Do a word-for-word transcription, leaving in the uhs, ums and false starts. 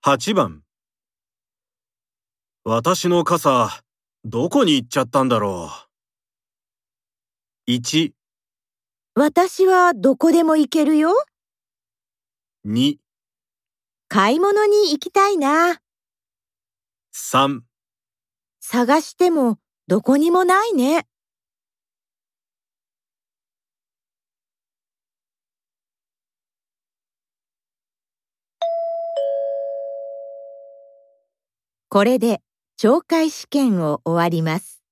はちばん。私の傘、どこに行っちゃったんだろう。いち、 私はどこでも行けるよ。 に、 買い物に行きたいな。 さん、 探してもどこにもないね。これで懲戒試験を終わります。